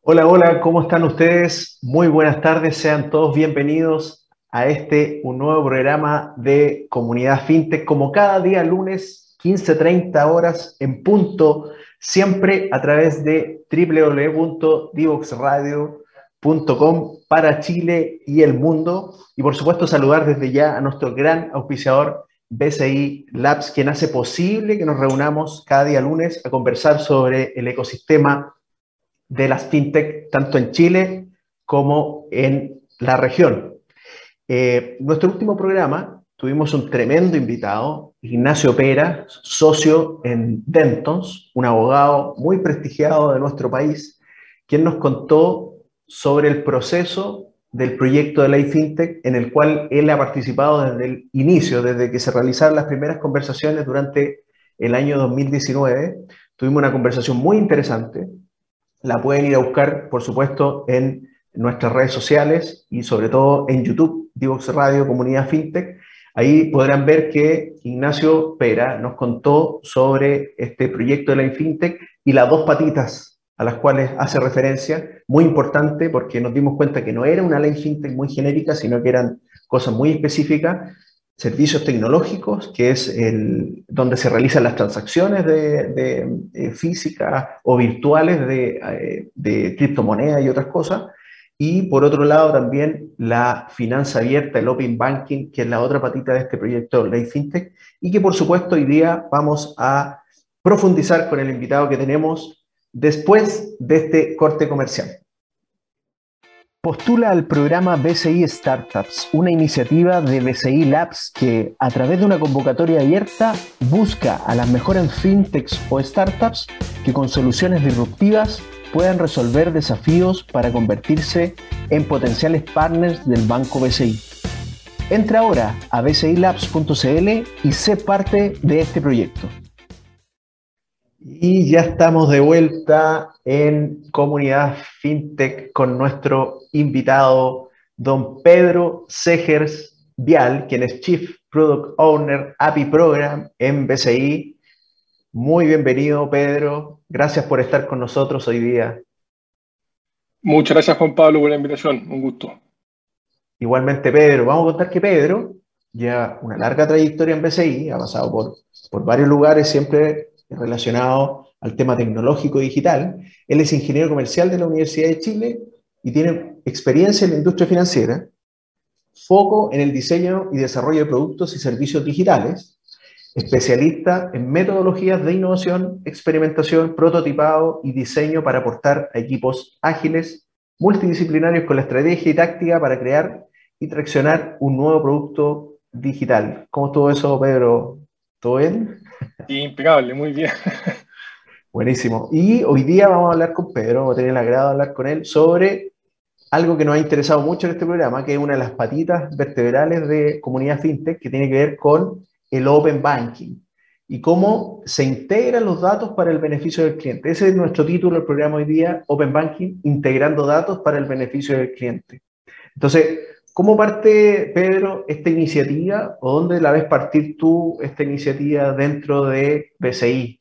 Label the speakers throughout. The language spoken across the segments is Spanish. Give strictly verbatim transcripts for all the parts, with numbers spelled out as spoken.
Speaker 1: Hola, hola, ¿cómo están ustedes? Muy buenas tardes, sean todos bienvenidos a este, un nuevo programa de Comunidad FinTech, como cada día lunes, quince treinta horas en punto, siempre a través de w w w punto divox radio punto com para Chile y el mundo. Y por supuesto saludar desde ya a nuestro gran auspiciador B C I Labs, quien hace posible que nos reunamos cada día lunes a conversar sobre el ecosistema de las fintech, tanto en Chile como en la región. Eh, nuestro último programa tuvimos un tremendo invitado, Ignacio Pera, socio en Dentons, un abogado muy prestigiado de nuestro país, quien nos contó sobre el proceso del proyecto de ley FinTech en el cual él ha participado desde el inicio, desde que se realizaron las primeras conversaciones durante el año dos mil diecinueve. Tuvimos una conversación muy interesante. La pueden ir a buscar, por supuesto, en nuestras redes sociales y sobre todo en YouTube, Divox Radio Comunidad FinTech. Ahí podrán ver que Ignacio Pera nos contó sobre este proyecto de la FinTech y las dos patitas a las cuales hace referencia, muy importante porque nos dimos cuenta que no era una ley FinTech muy genérica, sino que eran cosas muy específicas. Servicios tecnológicos, que es el, donde se realizan las transacciones de, de, de físicas o virtuales de, eh, de criptomonedas y otras cosas. Y por otro lado también la finanza abierta, el Open Banking, que es la otra patita de este proyecto Ley FinTech, y que por supuesto hoy día vamos a profundizar con el invitado que tenemos después de este corte comercial. Postula al programa B C I Startups, una iniciativa de B C I Labs que, a través de una convocatoria abierta, busca a las mejores fintechs o startups que con soluciones disruptivas puedan resolver desafíos para convertirse en potenciales partners del Banco B C I. Entra ahora a b c i labs punto c l y sé parte de este proyecto. Y ya estamos de vuelta en Comunidad FinTech con nuestro invitado, don Pedro Segers Vial, quien es Chief Product Owner A P I Program en B C I. Muy bienvenido, Pedro. Gracias por estar con nosotros hoy día.
Speaker 2: Muchas gracias, Juan Pablo, por la invitación. Un gusto.
Speaker 1: Igualmente, Pedro. Vamos a contar que Pedro lleva una larga trayectoria en B C I, ha pasado por, por varios lugares, siempre relacionado al tema tecnológico y digital. Él es ingeniero comercial de la Universidad de Chile y tiene experiencia en la industria financiera, foco en el diseño y desarrollo de productos y servicios digitales, especialista en metodologías de innovación, experimentación, prototipado y diseño para aportar a equipos ágiles, multidisciplinarios con la estrategia y táctica para crear y traccionar un nuevo producto digital. ¿Cómo estuvo eso, Pedro? ¿Todo bien?
Speaker 2: Sí, impecable, muy bien.
Speaker 1: Buenísimo. Y hoy día vamos a hablar con Pedro, vamos a tener el agrado de hablar con él sobre algo que nos ha interesado mucho en este programa, que es una de las patitas vertebrales de Comunidad FinTech, que tiene que ver con el Open Banking y cómo se integran los datos para el beneficio del cliente. Ese es nuestro título del programa hoy día, Open Banking, integrando datos para el beneficio del cliente. Entonces, ¿cómo parte, Pedro, esta iniciativa o dónde la ves partir tú, esta iniciativa dentro de B C I?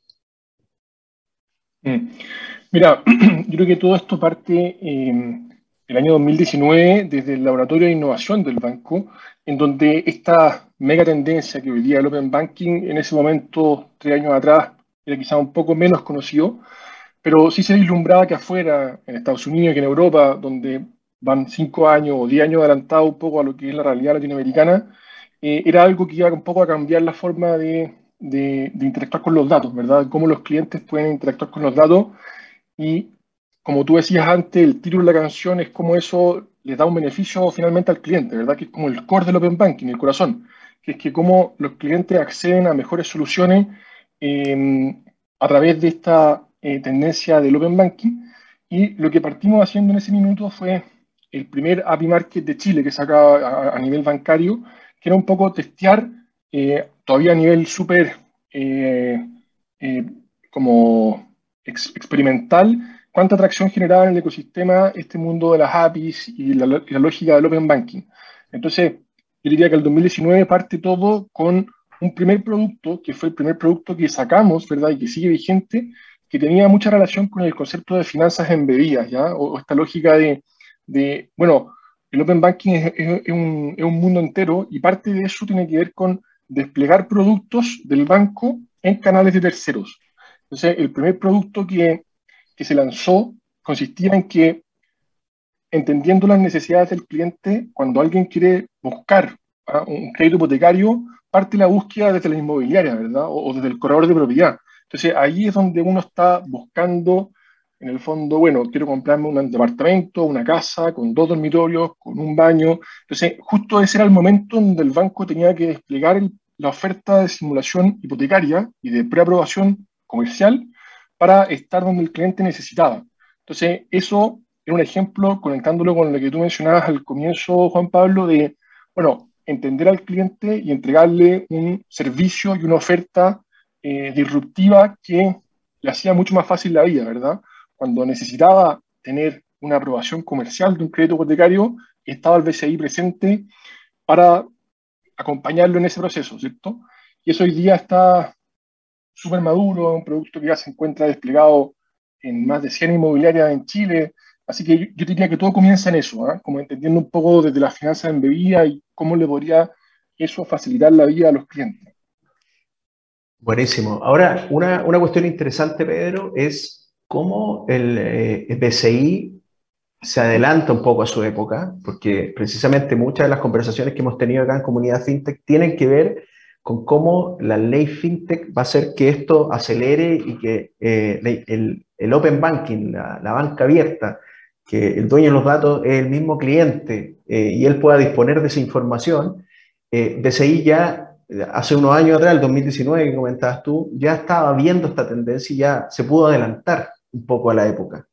Speaker 2: Mm. Mira, yo creo que todo esto parte eh, el año dos mil diecinueve desde el Laboratorio de Innovación del banco, en donde esta mega tendencia que hoy día el Open Banking, en ese momento, tres años atrás, era quizá un poco menos conocido, pero sí se vislumbraba que afuera, en Estados Unidos y en Europa, donde van cinco años o diez años adelantado un poco a lo que es la realidad latinoamericana, eh, era algo que iba un poco a cambiar la forma de, de, de interactuar con los datos, ¿verdad? Cómo los clientes pueden interactuar con los datos y, como tú decías antes, el título de la canción es cómo eso les da un beneficio finalmente al cliente, ¿verdad? Que es como el core del Open Banking, el corazón, que es que cómo los clientes acceden a mejores soluciones eh, a través de esta eh, tendencia del Open Banking. Y lo que partimos haciendo en ese minuto fue el primer A P I Market de Chile que saca a, a nivel bancario, que era un poco testear, eh, todavía a nivel súper eh, eh, como ex experimental, cuánta atracción generaba en el ecosistema este mundo de las A P Is y la, y la lógica del Open Banking. Entonces, yo diría que el dos mil diecinueve parte todo con un primer producto, que fue el primer producto que sacamos, ¿verdad? Y que sigue vigente, que tenía mucha relación con el concepto de finanzas embebidas, ¿ya? O, o esta lógica de, de, bueno, el Open Banking es, es- es un, es un mundo entero y parte de eso tiene que ver con desplegar productos del banco en canales de terceros. Entonces, el primer producto que, que se lanzó consistía en que, entendiendo las necesidades del cliente, cuando alguien quiere buscar, ¿ah?, un crédito hipotecario, parte la búsqueda desde la inmobiliaria, ¿verdad? O, o desde el corredor de propiedad. Entonces, ahí es donde uno está buscando, en el fondo, bueno, quiero comprarme un departamento, una casa con dos dormitorios, con un baño. Entonces, justo ese era el momento donde el banco tenía que desplegar el- la oferta de simulación hipotecaria y de preaprobación comercial para estar donde el cliente necesitaba. Entonces, eso era un ejemplo, conectándolo con lo que tú mencionabas al comienzo, Juan Pablo, de, bueno, entender al cliente y entregarle un servicio y una oferta eh, disruptiva que le hacía mucho más fácil la vida, ¿verdad? Cuando necesitaba tener una aprobación comercial de un crédito hipotecario, estaba el B C I presente para acompañarlo en ese proceso, ¿cierto? Y eso hoy día está súper maduro, un producto que ya se encuentra desplegado en más de cien inmobiliarias en Chile. Así que yo, yo diría que todo comienza en eso, ¿ah? Como entendiendo un poco desde las finanzas embebidas y cómo le podría eso facilitar la vida a los clientes.
Speaker 1: Buenísimo. Ahora, una, una cuestión interesante, Pedro, es cómo el, eh, el B C I se adelanta un poco a su época, porque precisamente muchas de las conversaciones que hemos tenido acá en Comunidad FinTech tienen que ver con cómo la ley FinTech va a hacer que esto acelere y que eh, el, el Open Banking, la, la banca abierta, que el dueño de los datos es el mismo cliente eh, y él pueda disponer de esa información. eh, B C I ya eh, hace unos años atrás, el dos mil diecinueve que comentabas tú, ya estaba viendo esta tendencia y ya se pudo adelantar un poco a la época.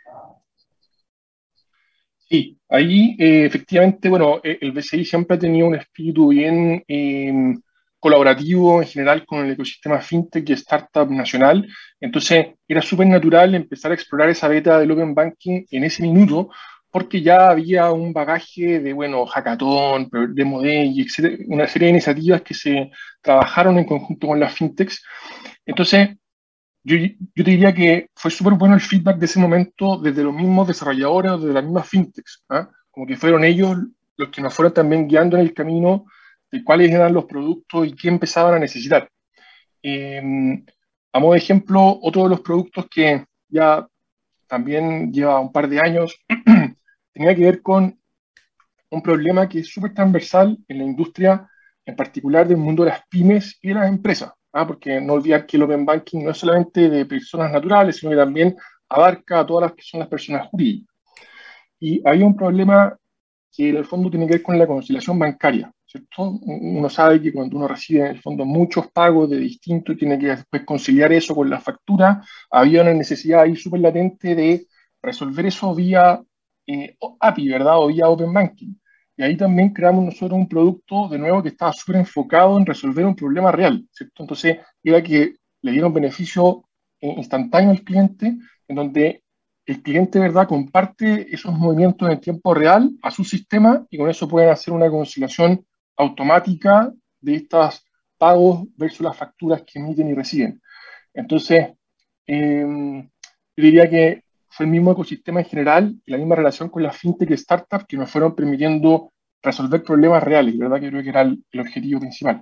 Speaker 2: Sí, ahí eh, efectivamente, bueno, eh, el B C I siempre ha tenido un espíritu bien eh, colaborativo en general con el ecosistema fintech y startup nacional. Entonces, era súper natural empezar a explorar esa beta del Open Banking en ese minuto, porque ya había un bagaje de, bueno, hackathon, Demo Day, etcétera, una serie de iniciativas que se trabajaron en conjunto con las fintechs. Entonces, yo, yo te diría que fue súper bueno el feedback de ese momento desde los mismos desarrolladores o desde las mismas fintechs, ¿ah? Como que fueron ellos los que nos fueron también guiando en el camino de cuáles eran los productos y qué empezaban a necesitar. Eh, a modo de ejemplo, otro de los productos que ya también lleva un par de años tenía que ver con un problema que es súper transversal en la industria, en particular del mundo de las pymes y de las empresas, ¿ah? Porque no olvidar que el Open Banking no es solamente de personas naturales, sino que también abarca a todas las que son las personas jurídicas. Y hay un problema que en el fondo tiene que ver con la conciliación bancaria, ¿cierto? Uno sabe que cuando uno recibe en el fondo muchos pagos de distinto y tiene que después conciliar eso con la factura, había una necesidad ahí súper latente de resolver eso vía eh, A P I, ¿verdad? O vía Open Banking. Y ahí también creamos nosotros un producto, de nuevo, que estaba súper enfocado en resolver un problema real, ¿cierto? Entonces, era que le dieron beneficio eh, instantáneo al cliente, en donde el cliente, ¿verdad?, comparte esos movimientos en tiempo real a su sistema y con eso pueden hacer una conciliación automática de estos pagos versus las facturas que emiten y reciben. Entonces, eh, yo diría que fue el mismo ecosistema en general y la misma relación con las fintech y startups que nos fueron permitiendo resolver problemas reales, ¿verdad? Que creo que era el, el objetivo principal.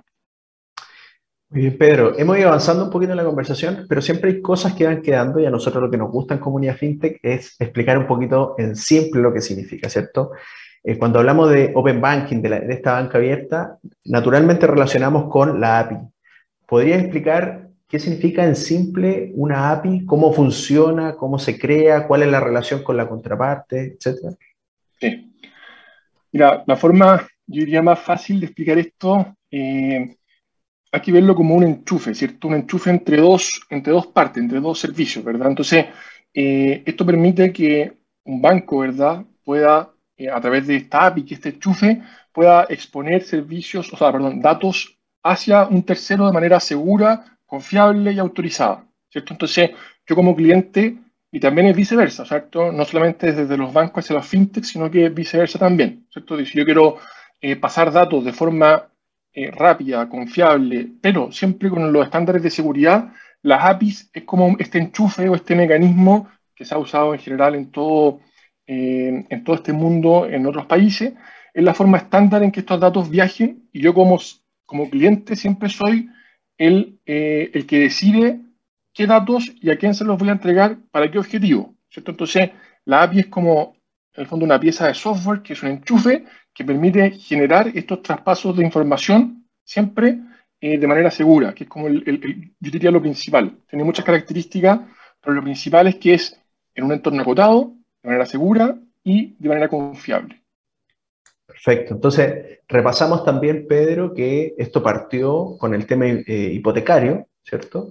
Speaker 1: Muy bien, Pedro, hemos ido avanzando un poquito en la conversación, pero siempre hay cosas que van quedando y a nosotros lo que nos gusta en Comunidad FinTech es explicar un poquito en simple lo que significa, ¿cierto? Eh, cuando hablamos de Open Banking, de, la- de esta banca abierta, naturalmente relacionamos con la A P I. ¿Podrías explicar qué significa en simple una A P I? ¿Cómo funciona? ¿Cómo se crea? ¿Cuál es la relación con la contraparte? Etcétera.
Speaker 2: Sí. Mira, la forma, yo diría, más fácil de explicar esto, eh, hay que verlo como un enchufe, ¿cierto? Un enchufe entre dos, entre dos partes, entre dos servicios, ¿verdad? Entonces, eh, esto permite que un banco, ¿verdad?, pueda, eh, a través de esta A P I, que este enchufe, pueda exponer servicios, o sea, perdón, datos hacia un tercero de manera segura, confiable y autorizada, ¿cierto? Entonces, yo como cliente, y también es viceversa, ¿cierto? No solamente desde los bancos hacia los fintechs, sino que viceversa también, ¿cierto? Y si yo quiero eh, pasar datos de forma eh, rápida, confiable, pero siempre con los estándares de seguridad, las A P Is es como este enchufe o este mecanismo que se ha usado en general en todo, eh, en todo este mundo, en otros países. Es la forma estándar en que estos datos viajen y yo como, como cliente siempre soy el, eh, el que decide qué datos y a quién se los voy a entregar para qué objetivo, ¿cierto? Entonces, la A P I es como, en el fondo, una pieza de software que es un enchufe que permite generar estos traspasos de información siempre eh, de manera segura, que es como el, el, el, yo diría lo principal. Tiene muchas características, pero lo principal es que es en un entorno acotado, de manera segura y de manera confiable.
Speaker 1: Perfecto. Entonces, repasamos también, Pedro, que esto partió con el tema eh, hipotecario, ¿cierto?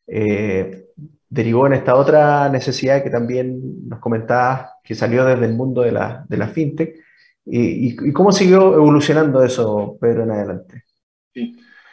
Speaker 1: Eh, derivó en esta otra necesidad que también nos comentabas, que salió desde el mundo de la, de la fintech. Y, y, ¿Y cómo siguió evolucionando eso, Pedro, en adelante?
Speaker 2: Sí.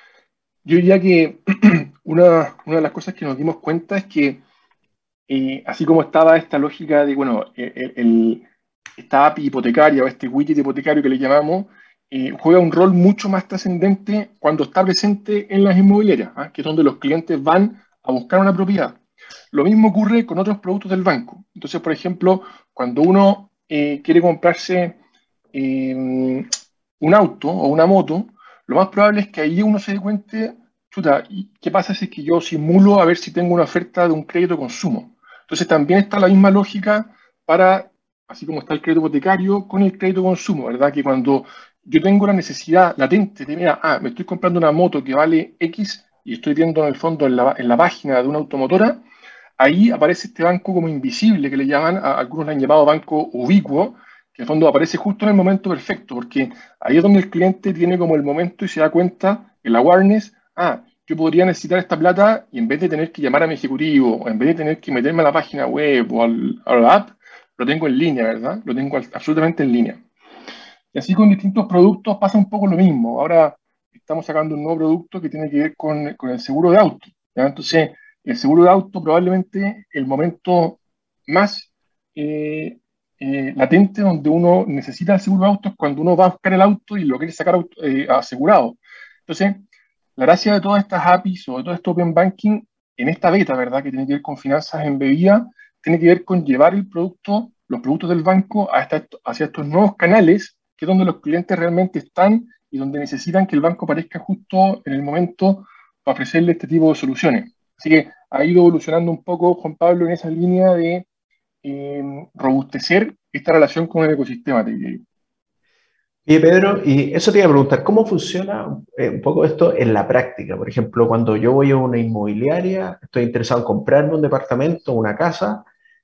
Speaker 2: Yo diría que una, una de las cosas que nos dimos cuenta es que eh, así como estaba esta lógica de, bueno, el, el, esta A P I hipotecaria o este widget hipotecario que le llamamos, eh, juega un rol mucho más trascendente cuando está presente en las inmobiliarias, ¿eh? Que es donde los clientes van a buscar una propiedad. Lo mismo ocurre con otros productos del banco. Entonces, por ejemplo, cuando uno eh, quiere comprarse eh, un auto o una moto, lo más probable es que ahí uno se dé cuenta, chuta, ¿y qué pasa si es que yo simulo a ver si tengo una oferta de un crédito de consumo? Entonces también está la misma lógica para, así como está el crédito hipotecario, con el crédito de consumo, ¿verdad? Que cuando yo tengo la necesidad latente de, mira, ah, me estoy comprando una moto que vale X y estoy viendo en el fondo en la, en la página de una automotora, ahí aparece este banco como invisible que le llaman, a, algunos le han llamado banco ubicuo, que en el fondo aparece justo en el momento perfecto, porque ahí es donde el cliente tiene como el momento y se da cuenta, el awareness, ah, yo podría necesitar esta plata y en vez de tener que llamar a mi ejecutivo o en vez de tener que meterme a la página web o al, a la app, lo tengo en línea, ¿verdad? Lo tengo absolutamente en línea. Y así con distintos productos pasa un poco lo mismo. Ahora estamos sacando un nuevo producto que tiene que ver con, con el seguro de auto, ¿ya? Entonces, el seguro de auto probablemente el momento más eh, eh, latente donde uno necesita el seguro de auto es cuando uno va a buscar el auto y lo quiere sacar auto, eh, asegurado. Entonces, la gracia de todas estas A P Is o de todo esto Open Banking en esta beta, ¿verdad? Que tiene que ver con finanzas embebidas, tiene que ver con llevar el producto, los productos del banco hasta, hacia estos nuevos canales, que es donde los clientes realmente están y donde necesitan que el banco aparezca justo en el momento para ofrecerle este tipo de soluciones. Así que ha ido evolucionando un poco, Juan Pablo, en esa línea de eh, robustecer esta relación con el ecosistema, te diría yo.
Speaker 1: Oye, Pedro, y eso te iba a preguntar, ¿cómo funciona eh, un poco esto en la práctica? Por ejemplo, cuando yo voy a una inmobiliaria, estoy interesado en comprarme un departamento, una casa,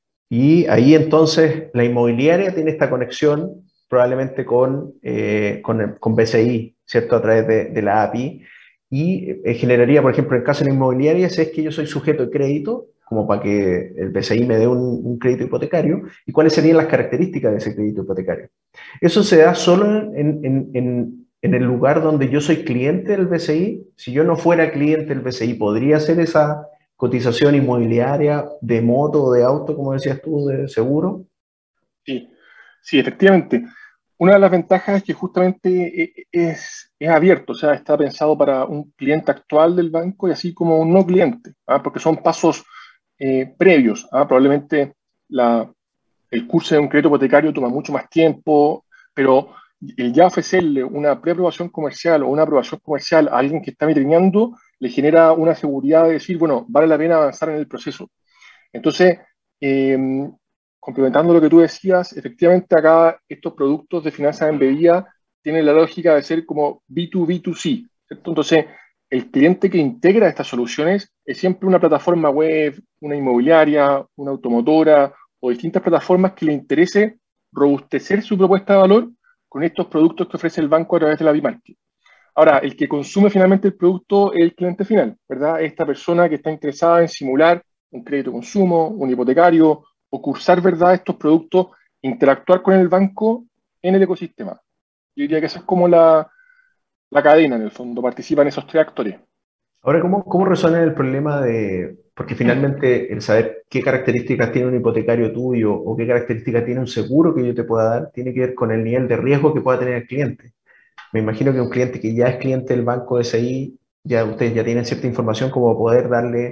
Speaker 1: y ahí entonces la inmobiliaria tiene esta conexión probablemente con, eh, con, el- con B C I, ¿cierto? A través de, de la A P I. Y eh, generaría, por ejemplo, en el caso de la inmobiliaria, si es que yo soy sujeto de crédito, como para que el B C I me dé un, un crédito hipotecario, y cuáles serían las características de ese crédito hipotecario. Eso se da solo en, en, en, en el lugar donde yo soy cliente del B C I. Si yo no fuera cliente del B C I, ¿podría hacer esa cotización inmobiliaria de moto o de auto, como decías tú, de seguro?
Speaker 2: Sí, sí, efectivamente. Una de las ventajas es que justamente eh, es, es abierto, o sea, está pensado para un cliente actual del banco y así como un no cliente, ¿ah? Porque son pasos eh, previos, ¿ah? Probablemente la, el curso de un crédito hipotecario toma mucho más tiempo, pero el ya ofrecerle una preaprobación comercial o una aprobación comercial a alguien que está vitrineando le genera una seguridad de decir, bueno, vale la pena avanzar en el proceso. Entonces, eh, complementando lo que tú decías, efectivamente acá estos productos de finanzas embebidas tienen la lógica de ser como B dos B dos C, ¿cierto? Entonces, el cliente que integra estas soluciones es siempre una plataforma web, una inmobiliaria, una automotora o distintas plataformas que le interese robustecer su propuesta de valor con estos productos que ofrece el banco a través de la B-Market. Ahora, el que consume finalmente el producto es el cliente final, ¿verdad? Esta persona que está interesada en simular un crédito de consumo, un hipotecario, o cursar, ¿verdad?, estos productos, interactuar con el banco en el ecosistema. Yo diría que esa es como la, la cadena, en el fondo, participan esos tres actores.
Speaker 1: Ahora, ¿cómo, cómo resuelven el problema de, porque finalmente el saber qué características tiene un hipotecario tuyo o qué características tiene un seguro que yo te pueda dar, tiene que ver con el nivel de riesgo que pueda tener el cliente? Me imagino que un cliente que ya es cliente del banco S I, ya ustedes ya tienen cierta información como poder darle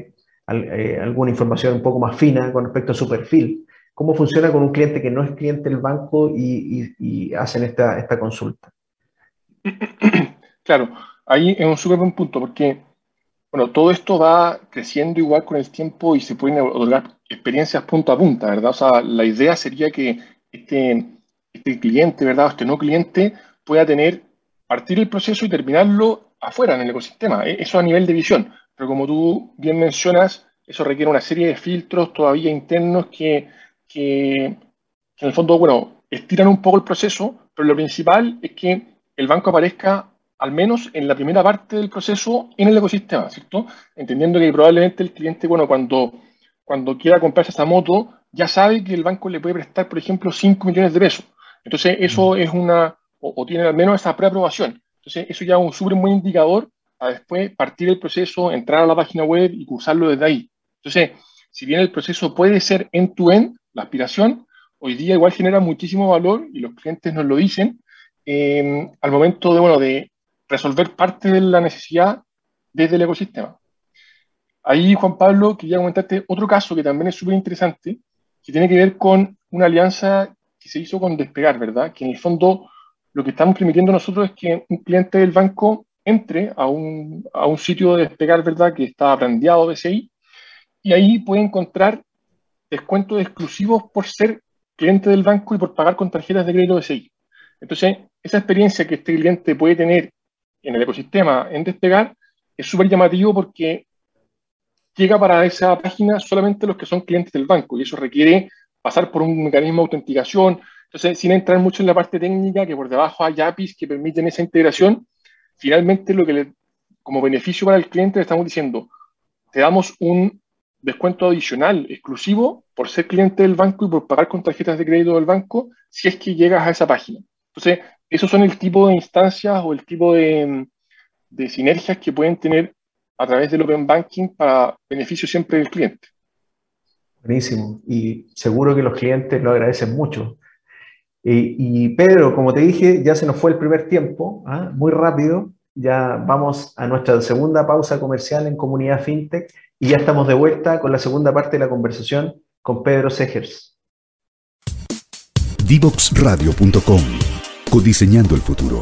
Speaker 1: al, eh, alguna información un poco más fina con respecto a su perfil. ¿Cómo funciona con un cliente que no es cliente del banco y, y, y hacen esta, esta consulta?
Speaker 2: Claro, ahí es un súper buen punto, porque bueno, todo esto va creciendo igual con el tiempo y se pueden otorgar experiencias punta a punta, ¿verdad? O sea, la idea sería que este, este cliente, ¿verdad? O este no cliente pueda tener, partir el proceso y terminarlo afuera, en el ecosistema. E- Eso a nivel de visión. Pero como tú bien mencionas, eso requiere una serie de filtros todavía internos que, que, que en el fondo, bueno, estiran un poco el proceso, pero lo principal es que el banco aparezca al menos en la primera parte del proceso en el ecosistema, ¿cierto? Entendiendo que probablemente el cliente, bueno, cuando, cuando quiera comprarse esa moto, ya sabe que el banco le puede prestar, por ejemplo, cinco millones de pesos. Entonces, eso es una, o, o tiene al menos esa preaprobación. Entonces, eso ya es un súper buen indicador a después partir el proceso, entrar a la página web y cursarlo desde ahí. Entonces, si bien el proceso puede ser end-to-end, la aspiración, hoy día igual genera muchísimo valor y los clientes nos lo dicen eh, al momento de, bueno, de resolver parte de la necesidad desde el ecosistema. Ahí, Juan Pablo, quería comentarte otro caso que también es súper interesante, que tiene que ver con una alianza que se hizo con Despegar, ¿verdad? Que en el fondo lo que estamos permitiendo nosotros es que un cliente del banco entre a un, a un sitio de Despegar, ¿verdad? Que está brandeado B C I, y ahí puede encontrar descuentos exclusivos por ser cliente del banco y por pagar con tarjetas de crédito B C I. Entonces, esa experiencia que este cliente puede tener en el ecosistema en Despegar es súper llamativo porque llega para esa página solamente los que son clientes del banco y eso requiere pasar por un mecanismo de autenticación. Entonces, sin entrar mucho en la parte técnica, que por debajo hay A P Is que permiten esa integración, finalmente lo que le, como beneficio para el cliente le estamos diciendo, te damos un descuento adicional exclusivo por ser cliente del banco y por pagar con tarjetas de crédito del banco si es que llegas a esa página. Entonces, esos son el tipo de instancias o el tipo de, de sinergias que pueden tener a través del Open Banking para beneficio siempre del cliente.
Speaker 1: Buenísimo. Y seguro que los clientes lo agradecen mucho. Y, y Pedro, como te dije, ya se nos fue el primer tiempo, ¿ah? Muy rápido. Ya vamos a nuestra segunda pausa comercial en Comunidad FinTech y ya estamos de vuelta con la segunda parte de la conversación con Pedro Segers.
Speaker 3: Divox Radio punto com. Codiseñando el futuro.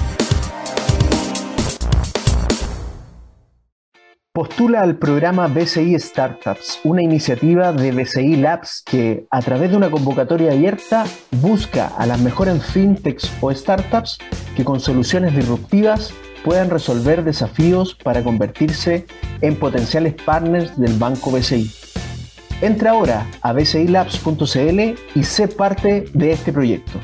Speaker 1: Postula al programa B C I Startups, una iniciativa de B C I Labs que, a través de una convocatoria abierta, busca a las mejores fintechs o startups que con soluciones disruptivas puedan resolver desafíos para convertirse en potenciales partners del banco B C I. Entra ahora a b c i labs punto c l y sé parte de este proyecto.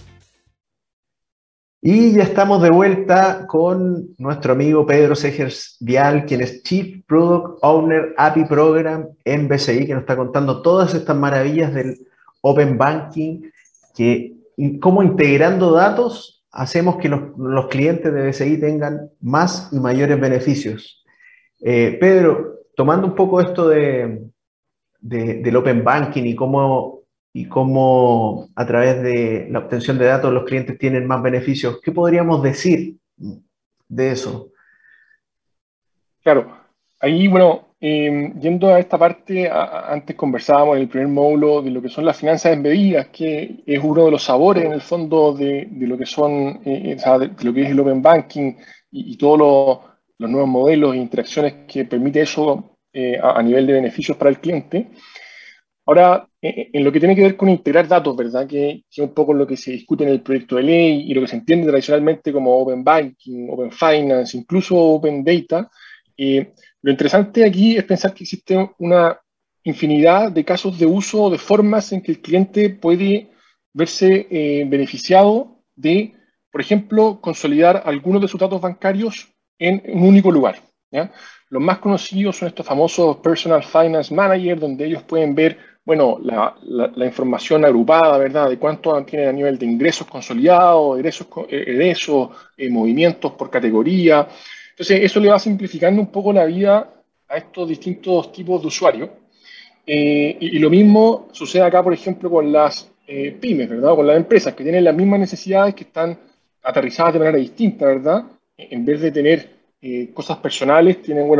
Speaker 1: Y ya estamos de vuelta con nuestro amigo Pedro Segers Vial, quien es Chief Product Owner A P I Program en B C I, que nos está contando todas estas maravillas del Open Banking, que cómo integrando datos hacemos que los, los clientes de B C I tengan más y mayores beneficios. Eh, Pedro, tomando un poco esto de, de, del Open Banking y cómo y cómo a través de la obtención de datos los clientes tienen más beneficios. ¿Qué podríamos decir de eso?
Speaker 2: Claro, ahí, bueno, eh, yendo a esta parte, a, a, antes conversábamos en el primer módulo de lo que son las finanzas embebidas, que es uno de los sabores en el fondo de, de lo que son, eh, o sea, de, de lo que es el Open Banking y, y todos los, los nuevos modelos e interacciones que permite eso eh, a, a nivel de beneficios para el cliente. Ahora, en lo que tiene que ver con integrar datos, ¿verdad? Que, que es un poco lo que se discute en el proyecto de ley y lo que se entiende tradicionalmente como Open Banking, Open Finance, incluso Open Data. Eh, lo interesante aquí es pensar que existe una infinidad de casos de uso o de formas en que el cliente puede verse eh, beneficiado de, por ejemplo, consolidar algunos de sus datos bancarios en un único lugar, ¿ya? Los más conocidos son estos famosos Personal Finance Manager, donde ellos pueden ver, bueno, la, la, la información agrupada, ¿verdad? De cuánto tienen a nivel de ingresos consolidados, egresos, egresos eh, movimientos por categoría. Entonces, eso le va simplificando un poco la vida a estos distintos tipos de usuarios. Eh, y, y lo mismo sucede acá, por ejemplo, con las eh, pymes, ¿verdad? Con las empresas que tienen las mismas necesidades que están aterrizadas de manera distinta, ¿verdad? En vez de tener eh, cosas personales, tienen, bueno,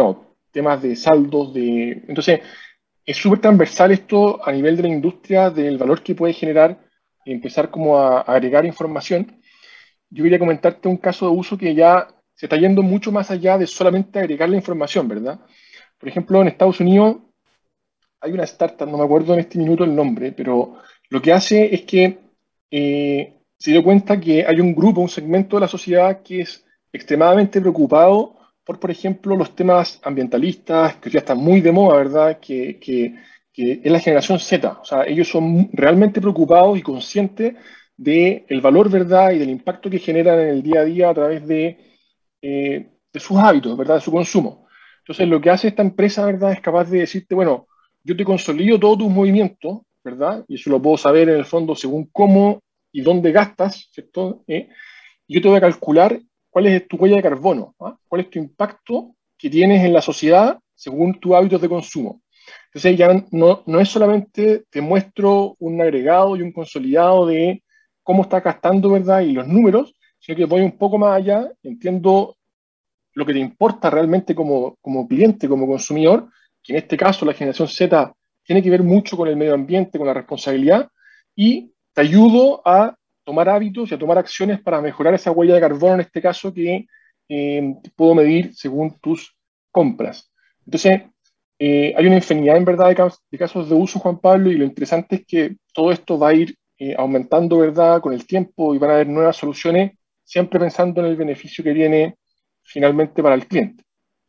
Speaker 2: temas de saldos, de... Entonces, es súper transversal esto a nivel de la industria, del valor que puede generar, empezar como a, a agregar información. Yo quería comentarte un caso de uso que ya se está yendo mucho más allá de solamente agregar la información, ¿verdad? Por ejemplo, en Estados Unidos hay una startup, no me acuerdo en este minuto el nombre, pero lo que hace es que eh, se dio cuenta que hay un grupo, un segmento de la sociedad que es extremadamente preocupado por, por ejemplo, los temas ambientalistas, que ya están muy de moda, ¿verdad? Que, que, que es la generación Z. O sea, ellos son realmente preocupados y conscientes del valor, ¿verdad? Y del impacto que generan en el día a día a través de, eh, de sus hábitos, ¿verdad? De su consumo. Entonces, lo que hace esta empresa, ¿verdad? Es capaz de decirte, bueno, yo te consolido todos tus movimientos, ¿verdad? Y eso lo puedo saber en el fondo según cómo y dónde gastas, ¿cierto? ¿Eh? Y yo te voy a calcular cuál es tu huella de carbono, ¿ah? Cuál es tu impacto que tienes en la sociedad según tus hábitos de consumo. Entonces ya no, no es solamente te muestro un agregado y un consolidado de cómo estás gastando, ¿verdad? Y los números, sino que voy un poco más allá, entiendo lo que te importa realmente como, como cliente, como consumidor, que en este caso la generación Z tiene que ver mucho con el medio ambiente, con la responsabilidad, y te ayudo a tomar hábitos y a tomar acciones para mejorar esa huella de carbono, en este caso, que eh, puedo medir según tus compras. Entonces, eh, hay una infinidad en verdad de, casos de casos de uso, Juan Pablo, y lo interesante es que todo esto va a ir eh, aumentando, ¿verdad?, con el tiempo, y van a haber nuevas soluciones, siempre pensando en el beneficio que tiene finalmente para el cliente.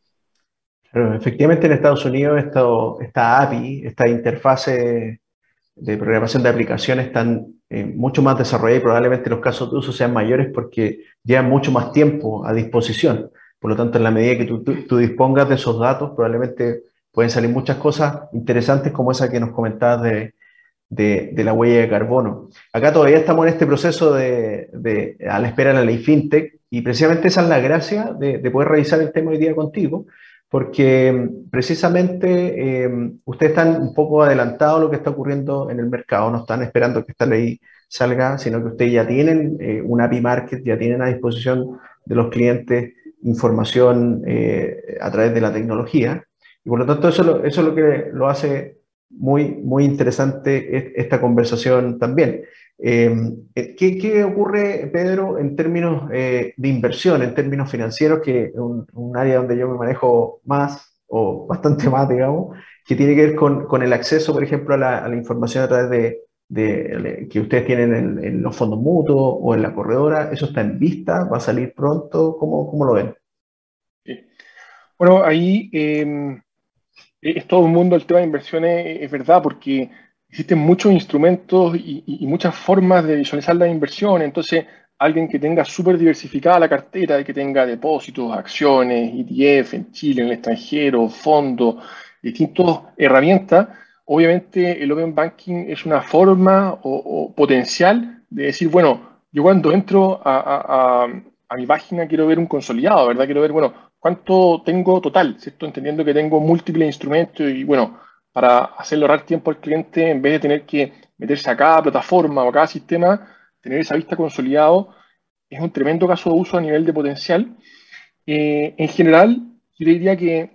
Speaker 1: Pero efectivamente en Estados Unidos esto, esta A P I, esta interfase de programación de aplicaciones están eh, mucho más desarrolladas y probablemente los casos de uso sean mayores porque llevan mucho más tiempo a disposición. Por lo tanto, en la medida que tú, tú, tú dispongas de esos datos, probablemente pueden salir muchas cosas interesantes como esa que nos comentabas de, de, de la huella de carbono. Acá todavía estamos en este proceso de, de a la espera de la ley FinTech y precisamente esa es la gracia de, de poder revisar el tema hoy día contigo, porque precisamente eh, ustedes están un poco adelantados a lo que está ocurriendo en el mercado, no están esperando que esta ley salga, sino que ustedes ya tienen eh, una A P I Market, ya tienen a disposición de los clientes información eh, a través de la tecnología, y por lo tanto eso, lo, eso es lo que lo hace muy, muy interesante esta conversación también. Eh, ¿qué, ¿Qué ocurre, Pedro, en términos eh, de inversión, en términos financieros, que es un, un área donde yo me manejo más o bastante más, digamos, que tiene que ver con, con el acceso, por ejemplo, a la, a la información a través de, de, de que ustedes tienen en, en los fondos mutuos o en la corredora? ¿Eso está en vista? ¿Va a salir pronto? ¿Cómo, cómo lo ven?
Speaker 2: Sí. Bueno, ahí eh, es todo un mundo el tema de inversiones, es verdad, porque existen muchos instrumentos y, y, y muchas formas de visualizar la inversión. Entonces, alguien que tenga súper diversificada la cartera, que tenga depósitos, acciones, E T F en Chile, en el extranjero, fondos, distintas herramientas, obviamente el Open Banking es una forma o, o potencial de decir, bueno, yo cuando entro a, a, a, a mi página quiero ver un consolidado, ¿verdad? Quiero ver, bueno, cuánto tengo total, ¿cierto? Entendiendo que tengo múltiples instrumentos y, bueno, para hacerle ahorrar tiempo al cliente, en vez de tener que meterse a cada plataforma o a cada sistema, tener esa vista consolidado, es un tremendo caso de uso a nivel de potencial. Eh, en general, yo diría que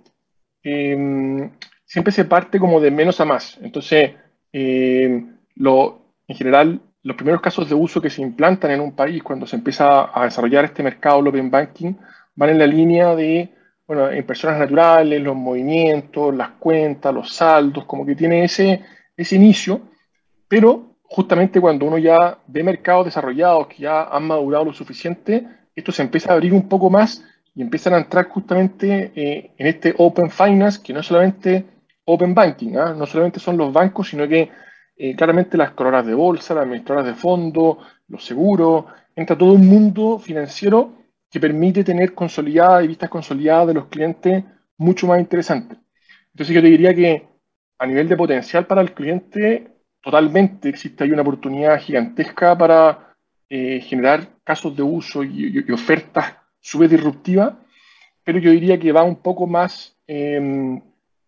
Speaker 2: eh, siempre se parte como de menos a más. Entonces, eh, lo, en general, los primeros casos de uso que se implantan en un país cuando se empieza a desarrollar este mercado del Open Banking van en la línea de, bueno, en personas naturales, los movimientos, las cuentas, los saldos, como que tiene ese, ese inicio, pero justamente cuando uno ya ve mercados desarrollados que ya han madurado lo suficiente, esto se empieza a abrir un poco más y empiezan a entrar justamente eh, en este Open Finance, que no es solamente Open Banking, ¿eh? No solamente son los bancos, sino que eh, claramente las corredoras de bolsa, las administradoras de fondos, los seguros, entra todo un mundo financiero que permite tener consolidadas y vistas consolidadas de los clientes mucho más interesantes. Entonces yo te diría que a nivel de potencial para el cliente, totalmente existe ahí una oportunidad gigantesca para eh, generar casos de uso y, y, y ofertas súper disruptivas, pero yo diría que va un poco más eh,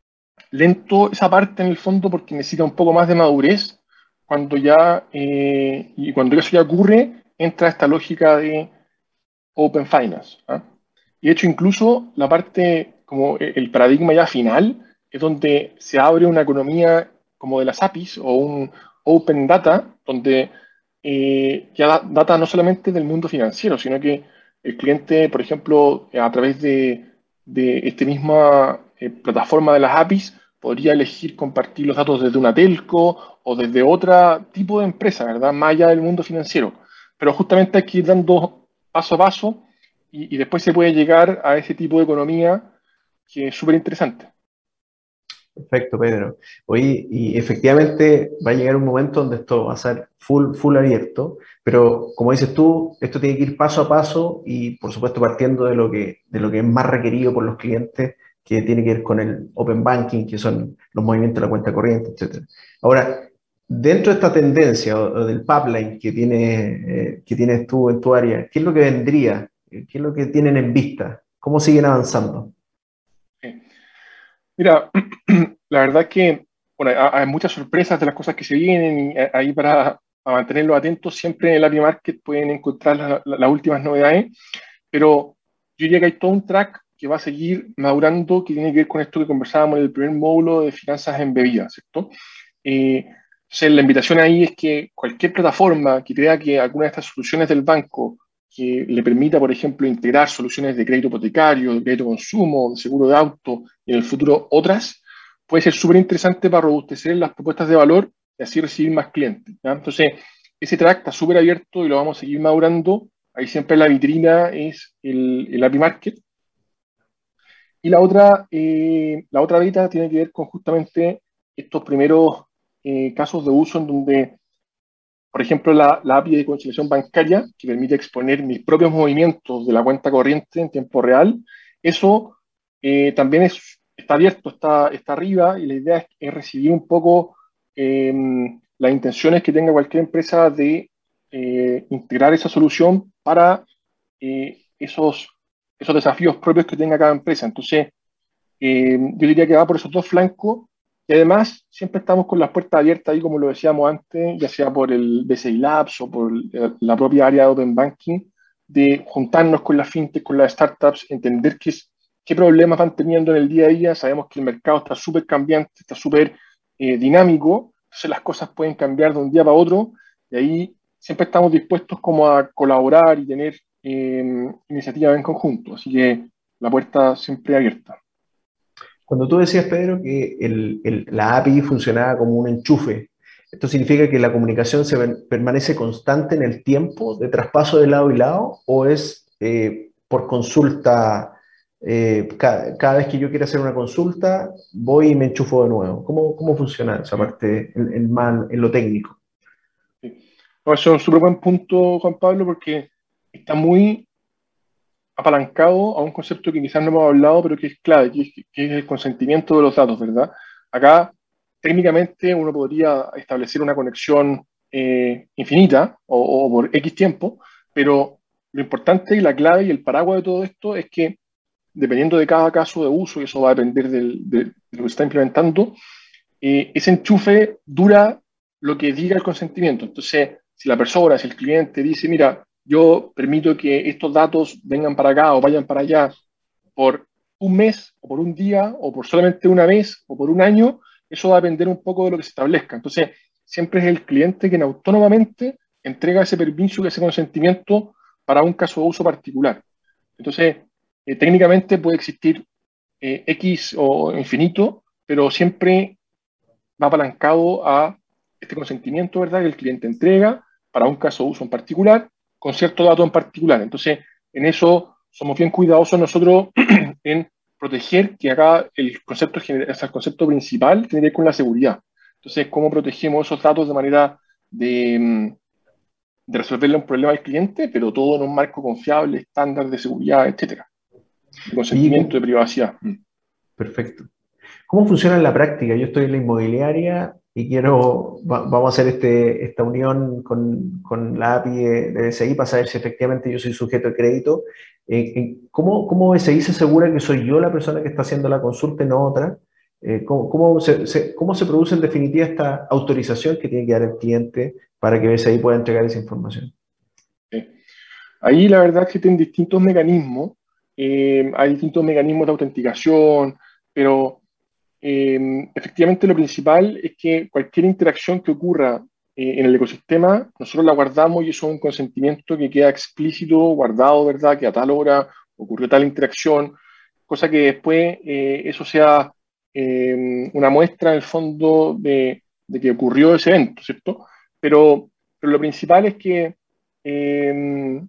Speaker 2: lento esa parte en el fondo porque necesita un poco más de madurez cuando ya, eh, y cuando eso ya ocurre, entra esta lógica de Open Finance. ¿eh? Y de hecho incluso la parte como el paradigma ya final, es donde se abre una economía como de las A P Is o un Open Data, donde eh, ya da data no solamente del mundo financiero, sino que el cliente, por ejemplo, a través de, de esta misma eh, plataforma de las A P Is, podría elegir compartir los datos desde una telco o desde otro tipo de empresa, ¿verdad? Más allá del mundo financiero. Pero justamente hay que ir dando paso a paso y, y después se puede llegar a ese tipo de economía que es súper interesante.
Speaker 1: Perfecto, Pedro. Oye, y efectivamente va a llegar un momento donde esto va a ser full, full abierto, pero como dices tú, esto tiene que ir paso a paso y por supuesto partiendo de lo que, de lo que es más requerido por los clientes, que tiene que ver con el Open Banking, que son los movimientos de la cuenta corriente, etcétera. Ahora, dentro de esta tendencia o, o del pipeline que, tiene, eh, que tienes tú en tu área, ¿qué es lo que vendría? ¿Qué es lo que tienen en vista? ¿Cómo siguen avanzando?
Speaker 2: Sí. Mira, la verdad es que bueno, hay, hay muchas sorpresas de las cosas que se vienen y ahí para, para mantenerlos atentos, siempre en el A P I Market pueden encontrar la, la, las últimas novedades, pero yo diría que hay todo un track que va a seguir madurando que tiene que ver con esto que conversábamos en el primer módulo de finanzas embebidas, ¿cierto? Eh, entonces, la invitación ahí es que cualquier plataforma que crea que alguna de estas soluciones del banco que le permita, por ejemplo, integrar soluciones de crédito hipotecario, de crédito consumo, de seguro de auto y en el futuro otras, puede ser súper interesante para robustecer las propuestas de valor y así recibir más clientes, ¿ya? Entonces, ese track está súper abierto y lo vamos a seguir madurando. Ahí siempre la vitrina es el, el A P I Market. Y la otra, eh, la otra beta tiene que ver con justamente estos primeros eh, casos de uso en donde, por ejemplo, la, la A P I de conciliación bancaria, que permite exponer mis propios movimientos de la cuenta corriente en tiempo real, eso eh, también es, está abierto, está, está arriba, y la idea es, es recibir un poco eh, las intenciones que tenga cualquier empresa de eh, integrar esa solución para eh, esos, esos desafíos propios que tenga cada empresa. Entonces, eh, yo diría que va por esos dos flancos y además siempre estamos con las puertas abiertas ahí, como lo decíamos antes, ya sea por el B C I Labs o por la propia área de Open Banking, de juntarnos con las fintech, con las startups, entender qué, es, qué problemas van teniendo en el día a día. Sabemos que el mercado está súper cambiante, está súper eh, dinámico, entonces las cosas pueden cambiar de un día para otro y ahí siempre estamos dispuestos como a colaborar y tener eh, iniciativas en conjunto. Así que la puerta siempre abierta.
Speaker 1: Cuando tú decías, Pedro, que el, el, la A P I funcionaba como un enchufe, ¿esto significa que la comunicación se ven, permanece constante en el tiempo de traspaso de lado y lado o es eh, por consulta? Eh, cada, cada vez que yo quiera hacer una consulta, voy y me enchufo de nuevo. ¿Cómo, cómo funciona esa parte en, en, en lo técnico?
Speaker 2: Sí. No, eso es un súper buen punto, Juan Pablo, porque está muy apalancado a un concepto que quizás no hemos hablado, pero que es clave, que es, que es el consentimiento de los datos, ¿verdad? Acá, técnicamente, uno podría establecer una conexión eh, infinita o, o por X tiempo, pero lo importante y la clave y el paraguas de todo esto es que, dependiendo de cada caso de uso, y eso va a depender del, de, de lo que se está implementando, eh, ese enchufe dura lo que diga el consentimiento. Entonces, si la persona, si el cliente dice, mira, yo permito que estos datos vengan para acá o vayan para allá por un mes o por un día o por solamente una vez o por un año, eso va a depender un poco de lo que se establezca. Entonces, siempre es el cliente quien autónomamente entrega ese permiso y ese consentimiento para un caso de uso particular. Entonces, eh, técnicamente puede existir eh, X o infinito, pero siempre va apalancado a este consentimiento, ¿verdad?, que el cliente entrega para un caso de uso en particular, con cierto dato en particular. Entonces, en eso somos bien cuidadosos nosotros en proteger que acá el concepto, el concepto principal tiene que ver con la seguridad. Entonces, ¿cómo protegemos esos datos de manera de, de resolverle un problema al cliente, pero todo en un marco confiable, estándar de seguridad, etcétera? De consentimiento, de privacidad.
Speaker 1: Perfecto. ¿Cómo funciona en la práctica? Yo estoy en la inmobiliaria y quiero, va, vamos a hacer este, esta unión con, con la A P I de, de B C I para saber si efectivamente yo soy sujeto de crédito. Eh, ¿cómo, ¿Cómo B C I se asegura que soy yo la persona que está haciendo la consulta y no otra? Eh, ¿cómo, cómo, se, se, ¿Cómo se produce en definitiva esta autorización que tiene que dar el cliente para que B C I pueda entregar esa información?
Speaker 2: Sí. Ahí la verdad es que tienen distintos mecanismos. eh, hay distintos mecanismos de autenticación, pero eh, efectivamente lo principal es que cualquier interacción que ocurra eh, en el ecosistema, nosotros la guardamos y eso es un consentimiento que queda explícito, guardado, ¿verdad? Que a tal hora ocurrió tal interacción, cosa que después eh, eso sea eh, una muestra en el fondo de, de que ocurrió ese evento, ¿cierto? Pero, pero lo principal es que eh,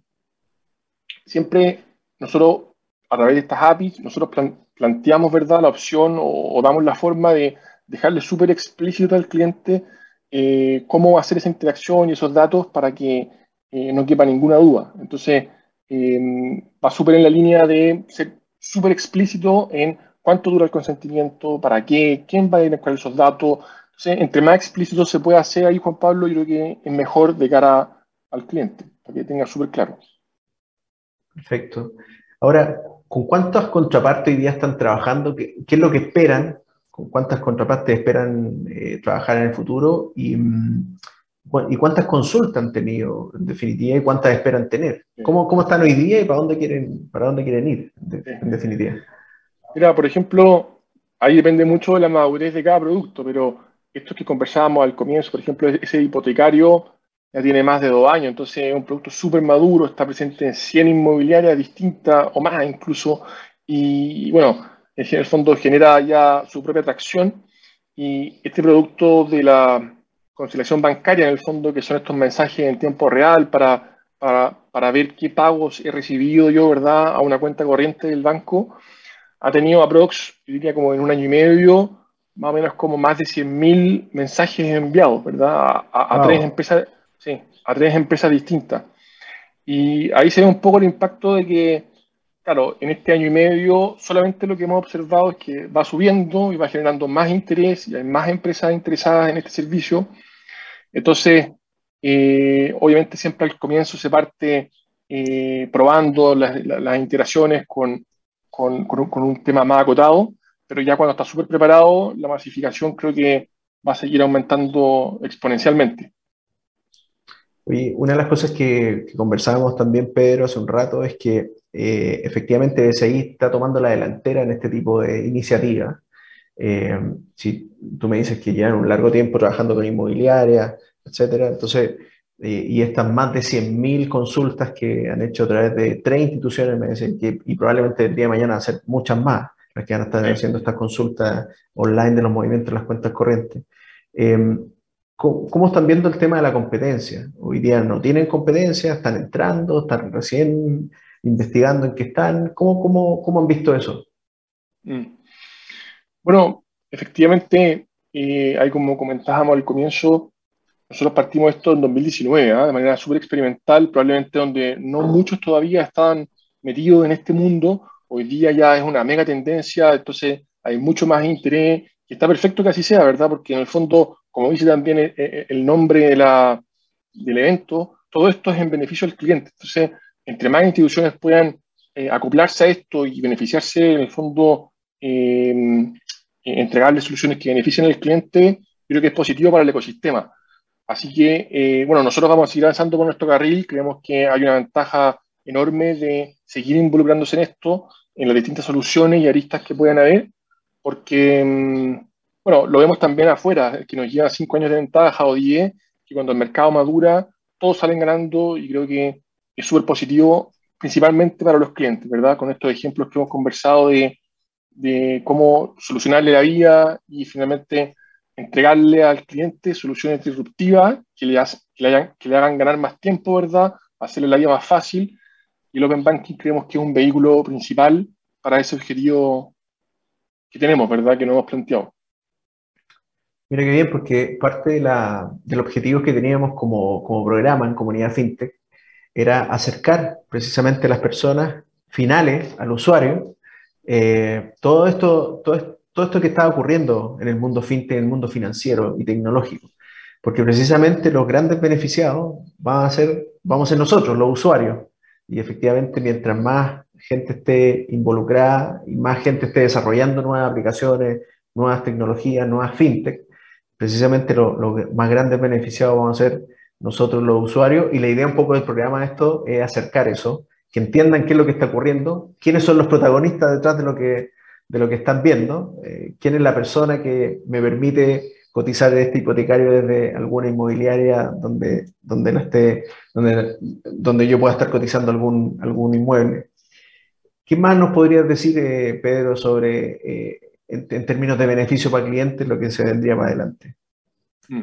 Speaker 2: siempre nosotros, a través de estas A P Is, nosotros plan- planteamos, ¿verdad?, la opción o, o damos la forma de dejarle súper explícito al cliente eh, cómo va a hacer esa interacción y esos datos para que eh, no quepa ninguna duda. Entonces, eh, va súper en la línea de ser súper explícito en cuánto dura el consentimiento, para qué, quién va a ir con esos datos. Entonces, entre más explícito se puede hacer ahí, Juan Pablo, yo creo que es mejor de cara al cliente, para que tenga súper claro.
Speaker 1: Perfecto. Ahora, ¿con cuántas contrapartes hoy día están trabajando? ¿Qué, qué es lo que esperan? ¿Con cuántas contrapartes esperan eh, trabajar en el futuro? Y, mm, cu- ¿y cuántas consultas han tenido en definitiva y cuántas esperan tener?
Speaker 2: Sí,
Speaker 1: ¿Cómo, cómo están hoy día y para dónde quieren, para dónde quieren ir de-
Speaker 2: sí.
Speaker 1: en definitiva?
Speaker 2: Mira, por ejemplo, ahí depende mucho de la madurez de cada producto, pero esto que conversábamos al comienzo, por ejemplo, ese hipotecario ya tiene más de dos años, entonces es un producto súper maduro, está presente en cien inmobiliarias distintas o más incluso, y bueno, en el fondo genera ya su propia atracción. Y este producto de la conciliación bancaria, en el fondo, que son estos mensajes en tiempo real para, para, para ver qué pagos he recibido yo, ¿verdad?, a una cuenta corriente del banco, ha tenido aprox, yo diría como en un año y medio, más o menos como más de cien mil mensajes enviados, ¿verdad? A, a- a tres
Speaker 1: Wow.
Speaker 2: empresas, sí, a tres empresas distintas. Y ahí se ve un poco el impacto de que, claro, en este año y medio solamente lo que hemos observado es que va subiendo y va generando más interés y hay más empresas interesadas en este servicio. Entonces, eh, obviamente siempre al comienzo se parte eh, probando las, las- las interacciones con, con, con un, con un tema más acotado, pero ya cuando está súper preparado, la masificación creo que va a seguir aumentando exponencialmente.
Speaker 1: Oye, una de las cosas que, que conversábamos también, Pedro, hace un rato, es que eh, efectivamente B C I está tomando la delantera en este tipo de iniciativas. Eh, si tú me dices que llevan un largo tiempo trabajando con inmobiliarias, etcétera, entonces, eh, y estas más de cien mil consultas que han hecho a través de tres instituciones, me dicen que, y probablemente el día de mañana hacer muchas más, las que van a estar
Speaker 2: Sí.
Speaker 1: haciendo estas consultas online de los movimientos de las cuentas corrientes. Eh, ¿Cómo, cómo están viendo el tema de la competencia? Hoy día no tienen competencia, están entrando, están recién investigando en qué están. ¿Cómo, cómo, cómo han visto eso?
Speaker 2: Mm. Bueno, efectivamente, eh, ahí como comentábamos al comienzo, nosotros partimos esto en dos mil diecinueve, ¿ah? De manera súper experimental, probablemente donde no muchos todavía estaban metidos en este mundo. Hoy día ya es una mega tendencia, entonces hay mucho más interés, y está perfecto que así sea, ¿verdad? Porque en el fondo, como dice también el, el- el nombre de la, del evento, todo esto es en beneficio del cliente. Entonces, entre más instituciones puedan eh, acoplarse a esto y beneficiarse, en el fondo, eh, entregarle soluciones que beneficien al cliente, creo que es positivo para el ecosistema. Así que, eh, bueno, nosotros vamos a seguir avanzando por nuestro carril. Creemos que hay una ventaja enorme de seguir involucrándose en esto, en las distintas soluciones y aristas que puedan haber, porque, mm, bueno, lo vemos también afuera, que nos lleva cinco años de ventaja o diez, que cuando el mercado madura, todos salen ganando y creo que es súper positivo, principalmente para los clientes, ¿verdad? Con estos ejemplos que hemos conversado de, de cómo solucionarle la vida y finalmente entregarle al cliente soluciones disruptivas que le, hace- que le hagan, que le hagan ganar más tiempo, ¿verdad? Hacerle la vida más fácil. Y el Open Banking creemos que es un vehículo principal para ese objetivo que tenemos, ¿verdad? Que nos hemos planteado.
Speaker 1: Mira qué bien, porque parte de la, del objetivo que teníamos como, como programa en Comunidad FinTech era acercar precisamente a las personas finales, al usuario, eh, todo esto, todo, es- todo esto que está ocurriendo en el mundo fintech, en el mundo financiero y tecnológico. Porque precisamente los grandes beneficiados van a ser, vamos a ser nosotros, los usuarios. Y efectivamente, mientras más gente esté involucrada y más gente esté desarrollando nuevas aplicaciones, nuevas tecnologías, nuevas fintech, precisamente los lo más grandes beneficiados vamos a ser nosotros los usuarios, y la idea un poco del programa de esto es acercar eso que entiendan qué es lo que está ocurriendo, quiénes son los protagonistas detrás de lo que, de lo que están viendo, eh, quién es la persona que me permite cotizar este hipotecario desde alguna inmobiliaria donde, donde, no esté, donde, donde yo pueda estar cotizando algún, algún inmueble. ¿Qué más nos podrías decir, eh, Pedro, sobre, eh, en, en términos de beneficio para clientes, lo que se vendría más adelante?
Speaker 2: Mm.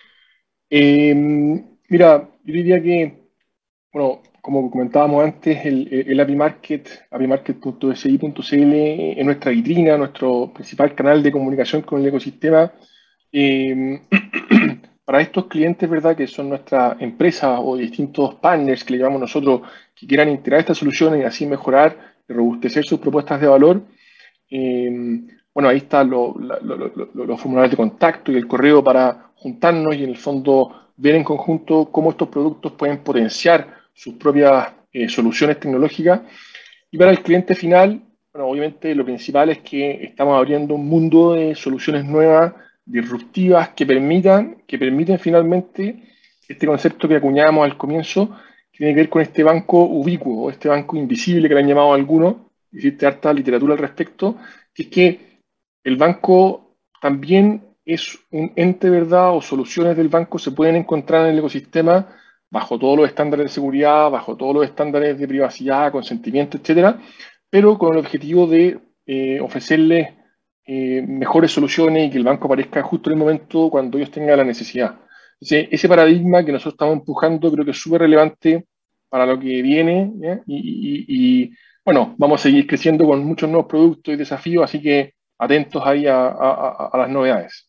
Speaker 2: Eh, mira, yo diría que, bueno, como comentábamos antes, el, el A P I Market, a p i market punto s i punto c l es nuestra vitrina, nuestro principal canal de comunicación con el ecosistema. Eh, para estos clientes, ¿verdad?, que son nuestras empresas o distintos partners que le llamamos nosotros, que quieran integrar estas soluciones y así mejorar y robustecer sus propuestas de valor, eh, bueno, ahí están lo, lo, lo, lo, los formularios de contacto y el correo para juntarnos y en el fondo ver en conjunto cómo estos productos pueden potenciar sus propias eh, soluciones tecnológicas. Y para el cliente final, bueno, obviamente lo principal es que estamos abriendo un mundo de soluciones nuevas, disruptivas, que permitan, que permiten finalmente este concepto que acuñábamos al comienzo, que tiene que ver con este banco ubicuo, o este banco invisible que le han llamado algunos, existe harta literatura al respecto, que es que el banco también es un ente, ¿verdad?, o soluciones del banco se pueden encontrar en el ecosistema bajo todos los estándares de seguridad, bajo todos los estándares de privacidad, consentimiento, etcétera, pero con el objetivo de eh, ofrecerles eh, mejores soluciones y que el banco aparezca justo en el momento cuando ellos tengan la necesidad. Entonces, ese paradigma que nosotros estamos empujando creo que es súper relevante para lo que viene, ¿ya? Y, y, y, bueno, vamos a seguir creciendo con muchos nuevos productos y desafíos, así que atentos ahí a, a, a las novedades.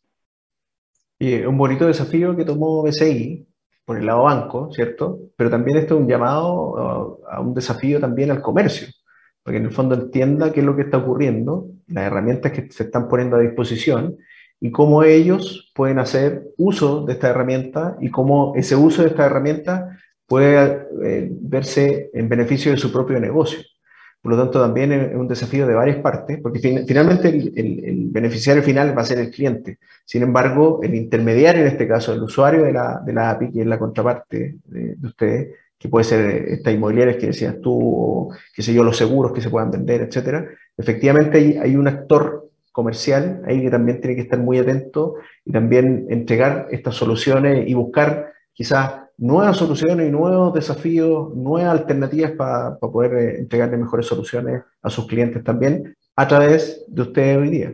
Speaker 1: Y un bonito desafío que tomó B C I por el lado banco, ¿cierto? Pero también esto es un llamado a, a un desafío también al comercio, porque en el fondo entienda qué es lo que está ocurriendo, las herramientas que se están poniendo a disposición y cómo ellos pueden hacer uso de esta herramienta y cómo ese uso de esta herramienta puede eh, verse en beneficio de su propio negocio. Por lo tanto, también es un desafío de varias partes, porque fin, finalmente el, el, el beneficiario final va a ser el cliente. Sin embargo, el intermediario, en este caso, el usuario de la, de la A P I, que es la contraparte de, de ustedes, que puede ser estas inmobiliarias que decías tú, o qué sé yo, los seguros que se puedan vender, etcétera. Efectivamente, hay, hay un actor comercial ahí que también tiene que estar muy atento y también entregar estas soluciones y buscar quizás nuevas soluciones y nuevos desafíos, nuevas alternativas para pa poder eh, entregarle mejores soluciones a sus clientes también a través de ustedes hoy día.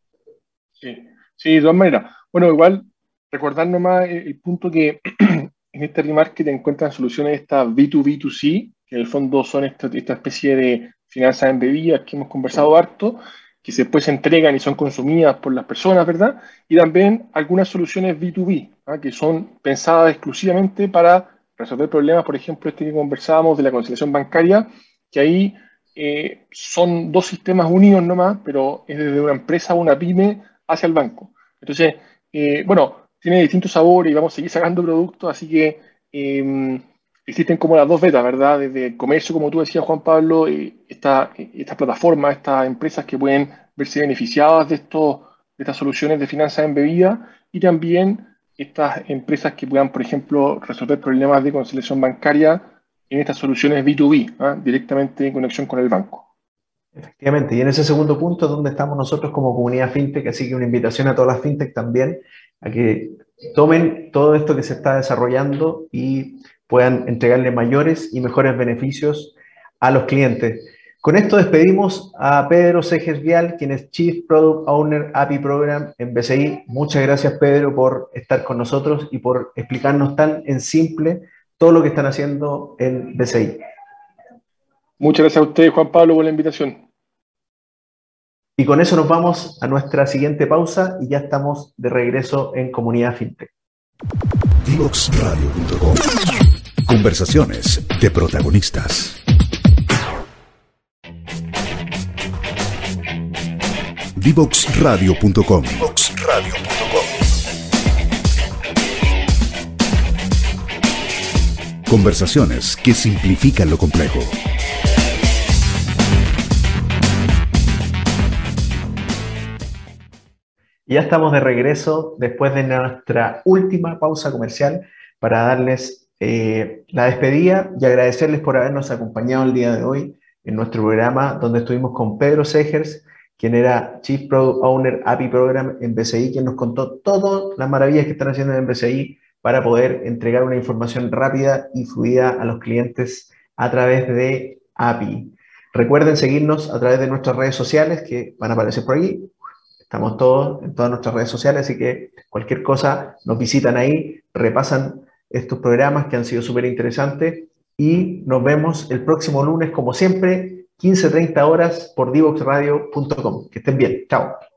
Speaker 2: Sí, sí, de todas maneras. Bueno, igual recordar nomás el, el punto que en este remarket encuentran soluciones estas B dos B dos C, que en el fondo son esta, esta especie de finanzas embebidas que hemos conversado harto, que después se entregan y son consumidas por las personas, ¿verdad? Y también algunas soluciones B dos B, ¿ah?, que son pensadas exclusivamente para resolver problemas, por ejemplo, este que conversábamos de la conciliación bancaria, que ahí eh, son dos sistemas unidos nomás, pero es desde una empresa o una pyme hacia el banco. Entonces, eh, bueno, tiene distintos sabores y vamos a seguir sacando productos, así que eh, existen como las dos betas, ¿verdad? Desde el comercio, como tú decías, Juan Pablo, eh, esta, estas plataformas, estas empresas que pueden verse beneficiadas de, estos, de estas soluciones de finanzas embebidas y también estas empresas que puedan, por ejemplo, resolver problemas de conciliación bancaria en estas soluciones B dos B, ¿eh? Directamente en conexión con el banco.
Speaker 1: Efectivamente, y en ese segundo punto es donde estamos nosotros como comunidad fintech, así que una invitación a todas las fintech también a que tomen todo esto que se está desarrollando y puedan entregarle mayores y mejores beneficios a los clientes. Con esto despedimos a Pedro Seges Vial, quien es Chief Product Owner A P I Program en B C I. Muchas gracias, Pedro, por estar con nosotros y por explicarnos tan en simple todo lo que están haciendo en B C I.
Speaker 2: Muchas gracias a ustedes, Juan Pablo, por la invitación.
Speaker 1: Y con eso nos vamos a nuestra siguiente pausa y ya estamos de regreso en Comunidad Fintech.
Speaker 3: Divox Radio punto com. Conversaciones de protagonistas. Divox Radio punto com. Divox Radio punto com. Conversaciones que simplifican lo complejo.
Speaker 1: Y ya estamos de regreso después de nuestra última pausa comercial para darles eh, la despedida y agradecerles por habernos acompañado el día de hoy en nuestro programa, donde estuvimos con Pedro Segers, quien era Chief Product Owner A P I Program en B C I, quien nos contó todas las maravillas que están haciendo en B C I para poder entregar una información rápida y fluida a los clientes a través de A P I. Recuerden seguirnos a través de nuestras redes sociales que van a aparecer por aquí. Estamos todos en todas nuestras redes sociales, así que cualquier cosa nos visitan ahí, repasan estos programas que han sido súper interesantes y nos vemos el próximo lunes, como siempre, quince treinta horas por divox radio punto com. Que estén bien. Chao.